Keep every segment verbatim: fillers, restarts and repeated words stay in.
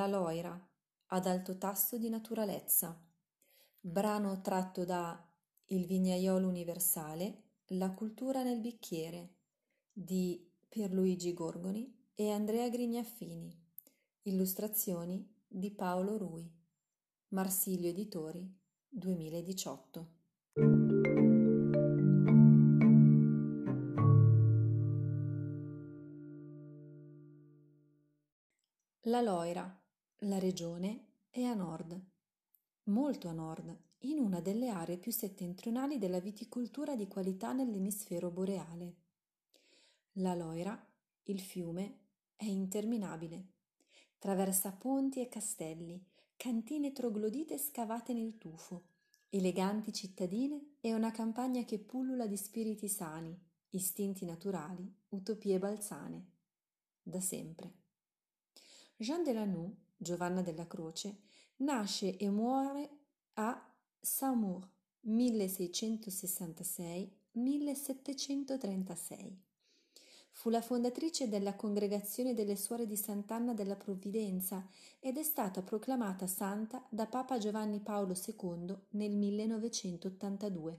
La Loira, ad alto tasso di naturalezza, brano tratto da Il vignaiolo universale, la cultura nel bicchiere di Pierluigi Gorgoni e Andrea Grignaffini, illustrazioni di Paolo Rui, Marsilio Editori, duemiladiciotto. La Loira, la regione, è a nord, molto a nord, in una delle aree più settentrionali della viticoltura di qualità nell'emisfero boreale. La Loira, il fiume, è interminabile. Traversa ponti e castelli, cantine troglodite scavate nel tufo, eleganti cittadine e una campagna che pullula di spiriti sani, istinti naturali, utopie balzane. Da sempre. Jean de Lanoux, Giovanna della Croce, nasce e muore a Saumur milleseicentosessantasei millesettecentotrentasei. Fu la fondatrice della Congregazione delle Suore di Sant'Anna della Provvidenza ed è stata proclamata santa da Papa Giovanni Paolo secondo nel millenovecentottantadue.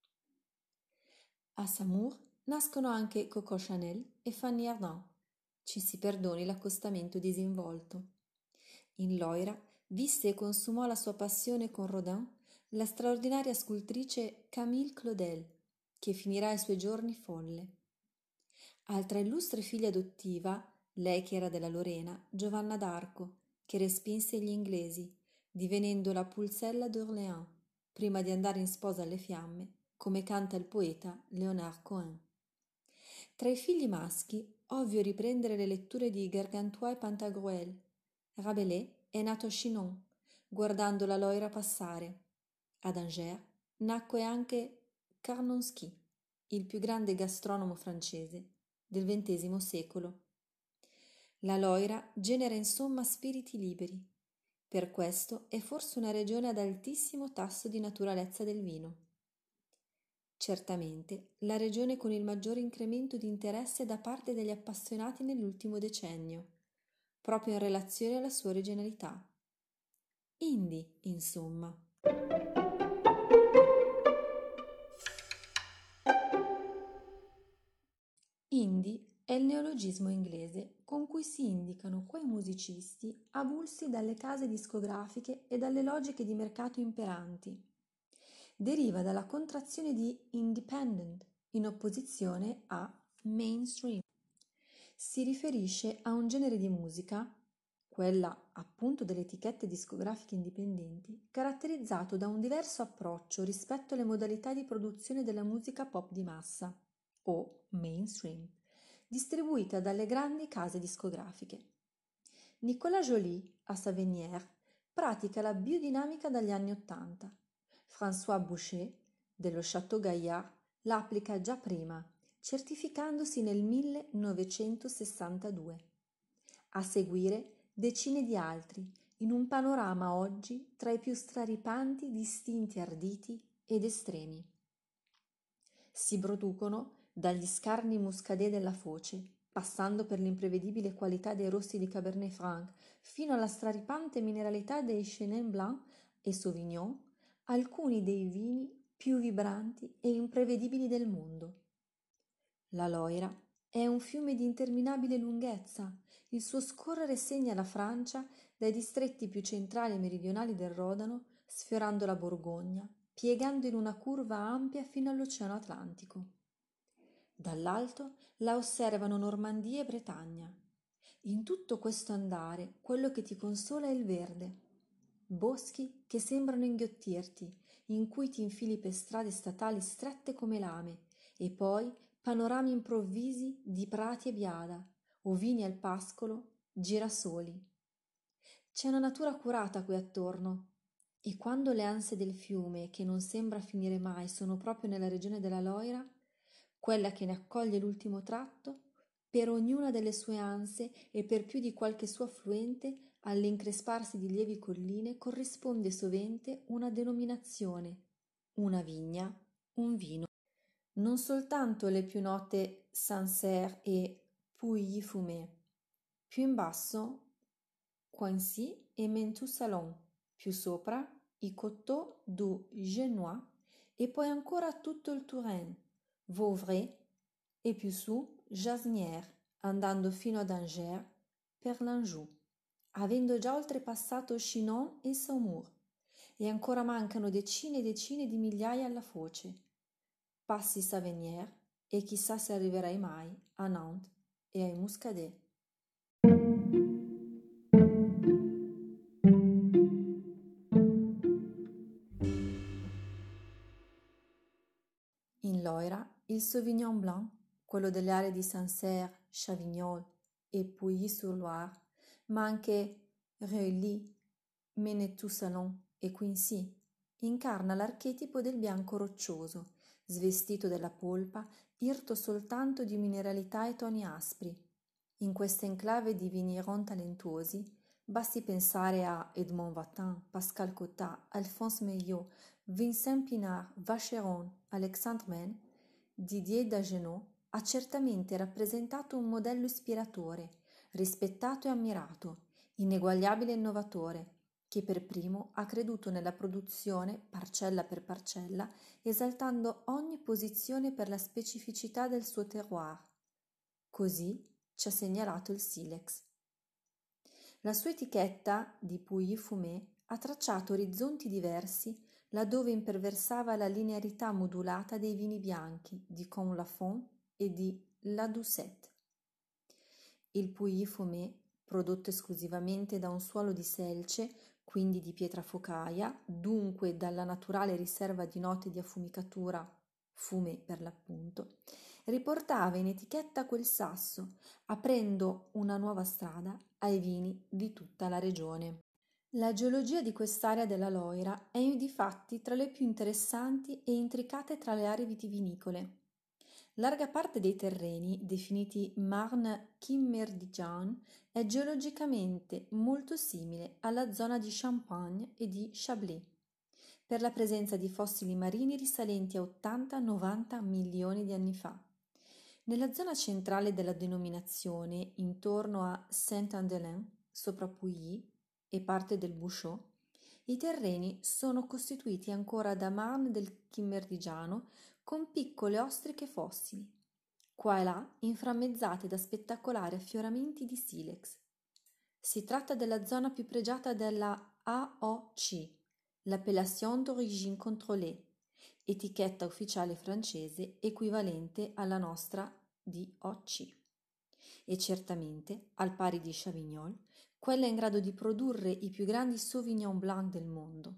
A Saumur nascono anche Coco Chanel e Fanny Ardant. Ci si perdoni l'accostamento disinvolto. In Loira visse e consumò la sua passione con Rodin la straordinaria scultrice Camille Claudel, che finirà i suoi giorni folle. Altra illustre figlia adottiva, lei che era della Lorena, Giovanna d'Arco, che respinse gli inglesi, divenendo la Pulcella d'Orléans, prima di andare in sposa alle fiamme, come canta il poeta Léonard Cohen. Tra i figli maschi, ovvio riprendere le letture di Gargantua e Pantagruel. Rabelais è nato a Chinon, guardando la Loira passare. Ad Angers nacque anche Carnonsky, il più grande gastronomo francese del ventesimo secolo. La Loira genera insomma spiriti liberi. Per questo è forse una regione ad altissimo tasso di naturalezza del vino. Certamente la regione con il maggiore incremento di interesse da parte degli appassionati nell'ultimo decennio, proprio in relazione alla sua originalità. Indie, insomma. Indie è il neologismo inglese con cui si indicano quei musicisti avulsi dalle case discografiche e dalle logiche di mercato imperanti. Deriva dalla contrazione di independent, in opposizione a mainstream. Si riferisce a un genere di musica, quella appunto delle etichette discografiche indipendenti, caratterizzato da un diverso approccio rispetto alle modalità di produzione della musica pop di massa, o mainstream, distribuita dalle grandi case discografiche. Nicolas Joly, a Savenière, pratica la biodinamica dagli anni Ottanta. François Boucher, dello Château Gaillard, la applica già prima, certificandosi nel millenovecentosessantadue. A seguire decine di altri, in un panorama oggi tra i più straripanti distinti arditi ed estremi. Si producono dagli scarni muscadet della Foce, passando per l'imprevedibile qualità dei rossi di Cabernet Franc, fino alla straripante mineralità dei Chenin Blanc e Sauvignon, alcuni dei vini più vibranti e imprevedibili del mondo. La Loira è un fiume di interminabile lunghezza, il suo scorrere segna la Francia dai distretti più centrali e meridionali del Rodano, sfiorando la Borgogna, piegando in una curva ampia fino all'Oceano Atlantico. Dall'alto la osservano Normandia e Bretagna. In tutto questo andare, quello che ti consola è il verde. Boschi che sembrano inghiottirti, in cui ti infili per strade statali strette come lame, e poi panorami improvvisi di prati e biada, ovini al pascolo, girasoli. C'è una natura curata qui attorno, e quando le ansie del fiume, che non sembra finire mai, sono proprio nella regione della Loira, quella che ne accoglie l'ultimo tratto, per ognuna delle sue ansie e per più di qualche suo affluente, all'incresparsi di lievi colline corrisponde sovente una denominazione, una vigna, un vino. Non soltanto le più note Sancerre e Pouilly-Fumé. Più in basso, Coincy e Mentou Salon, più sopra i Coteaux du Génois e poi ancora tutto il Touraine, Vauvray e più su Jasnières, andando fino ad Angers per l'Anjou, avendo già oltrepassato Chinon e Saumur, e ancora mancano decine e decine di migliaia alla foce. Passi Savenière e chissà se arriverai mai a Nantes e ai Muscadet. In Loira, il Sauvignon Blanc, quello delle aree di Sancerre, Chavignol e Pouilly-sur-Loire, ma anche Reuilly, Menetou-Salon e Quincy, incarna l'archetipo del bianco roccioso, svestito della polpa, irto soltanto di mineralità e toni aspri. In questa enclave di vigneron talentuosi, basti pensare a Edmond Vatin, Pascal Cotta, Alphonse Meillot, Vincent Pinard, Vacheron, Alexandre Men, Didier Dagenot ha certamente rappresentato un modello ispiratore, rispettato e ammirato, ineguagliabile e innovatore, che per primo ha creduto nella produzione parcella per parcella, esaltando ogni posizione per la specificità del suo terroir. Così ci ha segnalato il Silex. La sua etichetta di Pouilly-Fumé ha tracciato orizzonti diversi laddove imperversava la linearità modulata dei vini bianchi di Combe-Lafon e di La Doucette. Il Pouilly-Fumé, prodotto esclusivamente da un suolo di selce, quindi di pietra focaia, dunque dalla naturale riserva di note di affumicatura, fumé per l'appunto, riportava in etichetta quel sasso, aprendo una nuova strada ai vini di tutta la regione. La geologia di quest'area della Loira è difatti tra le più interessanti e intricate tra le aree vitivinicole. Larga parte dei terreni, definiti Marne Kimmerdigian, è geologicamente molto simile alla zona di Champagne e di Chablis, per la presenza di fossili marini risalenti a ottanta novanta milioni di anni fa. Nella zona centrale della denominazione, intorno a Saint-Andelin, sopra Pouilly, e parte del Bouchot, i terreni sono costituiti ancora da marne del Kimmerdigiano con piccole ostriche fossili, qua e là inframmezzate da spettacolari affioramenti di silex. Si tratta della zona più pregiata della A O C, l'Appellation d'origine contrôlée, etichetta ufficiale francese equivalente alla nostra D O C. E certamente, al pari di Chavignol, quella è in grado di produrre i più grandi Sauvignon Blanc del mondo.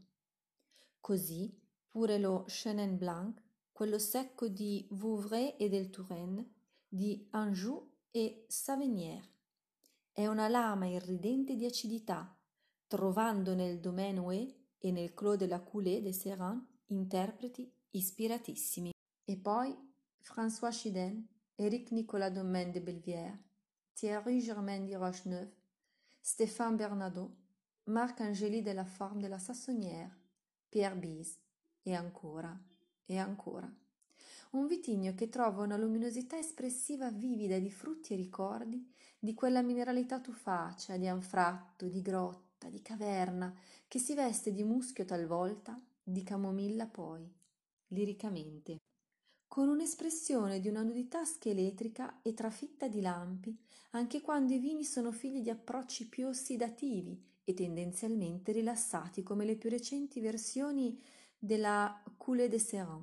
Così pure lo Chenin Blanc, quello secco di Vouvray e del Touraine, di Anjou e Savenière. È una lama irridente di acidità, trovando nel Domaine Houet e nel Clos de la Coulée de Serran interpreti ispiratissimi. E poi François Chidен, Éric Nicolas Domaine de Belvière, Thierry Germain di Rocheneuf, Stéphane Bernadotte, Marc Angéli de la Forme de la Sassonnière, Pierre Bise, e ancora, e ancora. Un vitigno che trova una luminosità espressiva vivida di frutti e ricordi di quella mineralità tufacea, di anfratto, di grotta, di caverna, che si veste di muschio talvolta, di camomilla poi, liricamente, con un'espressione di una nudità scheletrica e trafitta di lampi, anche quando i vini sono figli di approcci più ossidativi e tendenzialmente rilassati come le più recenti versioni della Coulée de Serran,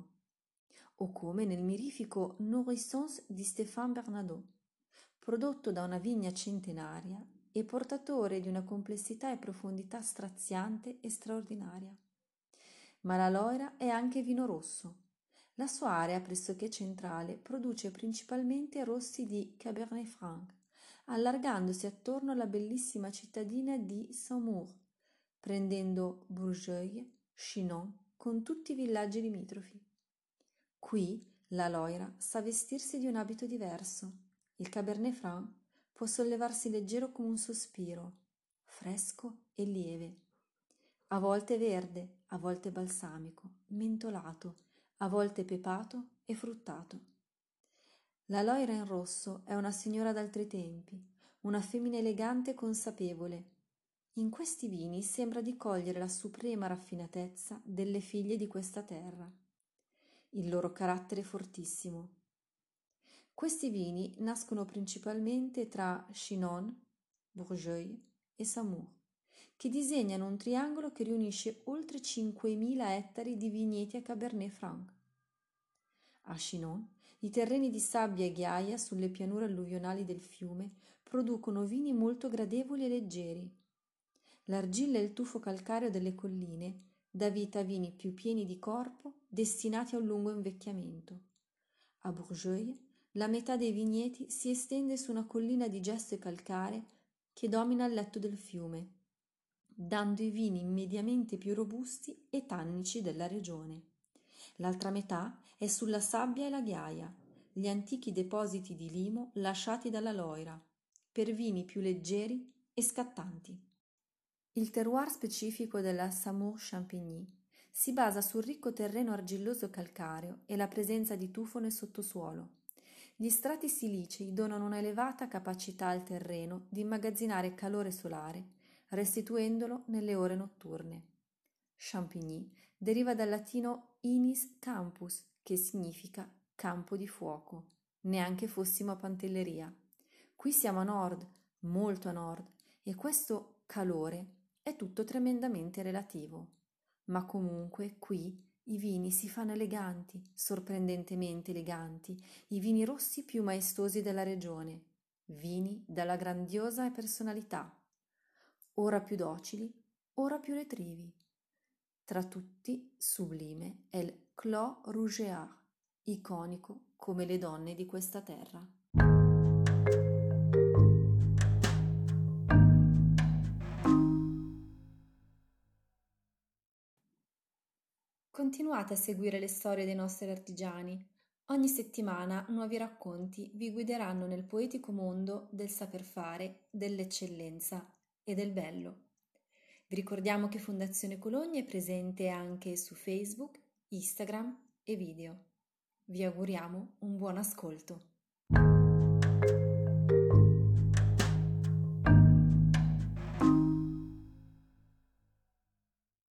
o come nel mirifico Nourrissons di Stéphane Bernadotte, prodotto da una vigna centenaria e portatore di una complessità e profondità straziante e straordinaria. Ma la Loira è anche vino rosso. La sua area pressoché centrale produce principalmente rossi di Cabernet Franc, allargandosi attorno alla bellissima cittadina di Saumur, prendendo Bourgueil, Chinon, con tutti i villaggi limitrofi. Qui la Loira sa vestirsi di un abito diverso. Il Cabernet Franc può sollevarsi leggero come un sospiro, fresco e lieve, a volte verde, a volte balsamico, mentolato, a volte pepato e fruttato. La Loira in rosso è una signora d'altri tempi, una femmina elegante e consapevole. In questi vini sembra di cogliere la suprema raffinatezza delle figlie di questa terra, il loro carattere fortissimo. Questi vini nascono principalmente tra Chinon, Bourgogne e Saumur, che disegnano un triangolo che riunisce oltre cinquemila ettari di vigneti a Cabernet Franc. A Chinon, i terreni di sabbia e ghiaia sulle pianure alluvionali del fiume producono vini molto gradevoli e leggeri. L'argilla e il tufo calcareo delle colline dà vita a vini più pieni di corpo, destinati a un lungo invecchiamento. A Bourgogne, la metà dei vigneti si estende su una collina di gesso e calcare che domina il letto del fiume, dando i vini mediamente più robusti e tannici della regione. L'altra metà è sulla sabbia e la ghiaia, gli antichi depositi di limo lasciati dalla Loira, per vini più leggeri e scattanti. Il terroir specifico della Saumur-Champigny si basa sul ricco terreno argilloso calcareo e la presenza di tufo nel sottosuolo. Gli strati silicei donano una elevata capacità al terreno di immagazzinare calore solare, restituendolo nelle ore notturne. Champigny deriva dal latino inis campus, che significa campo di fuoco, neanche fossimo a Pantelleria. Qui siamo a nord, molto a nord, e questo calore è tutto tremendamente relativo. Ma comunque qui i vini si fanno eleganti, sorprendentemente eleganti, i vini rossi più maestosi della regione, vini dalla grandiosa personalità, ora più docili, ora più retrivi. Tra tutti, sublime è il Clos Rougeard, iconico come le donne di questa terra. Continuate a seguire le storie dei nostri artigiani. Ogni settimana nuovi racconti vi guideranno nel poetico mondo del saper fare, dell'eccellenza e del bello. Vi ricordiamo che Fondazione Cologna è presente anche su Facebook, Instagram e video. Vi auguriamo un buon ascolto.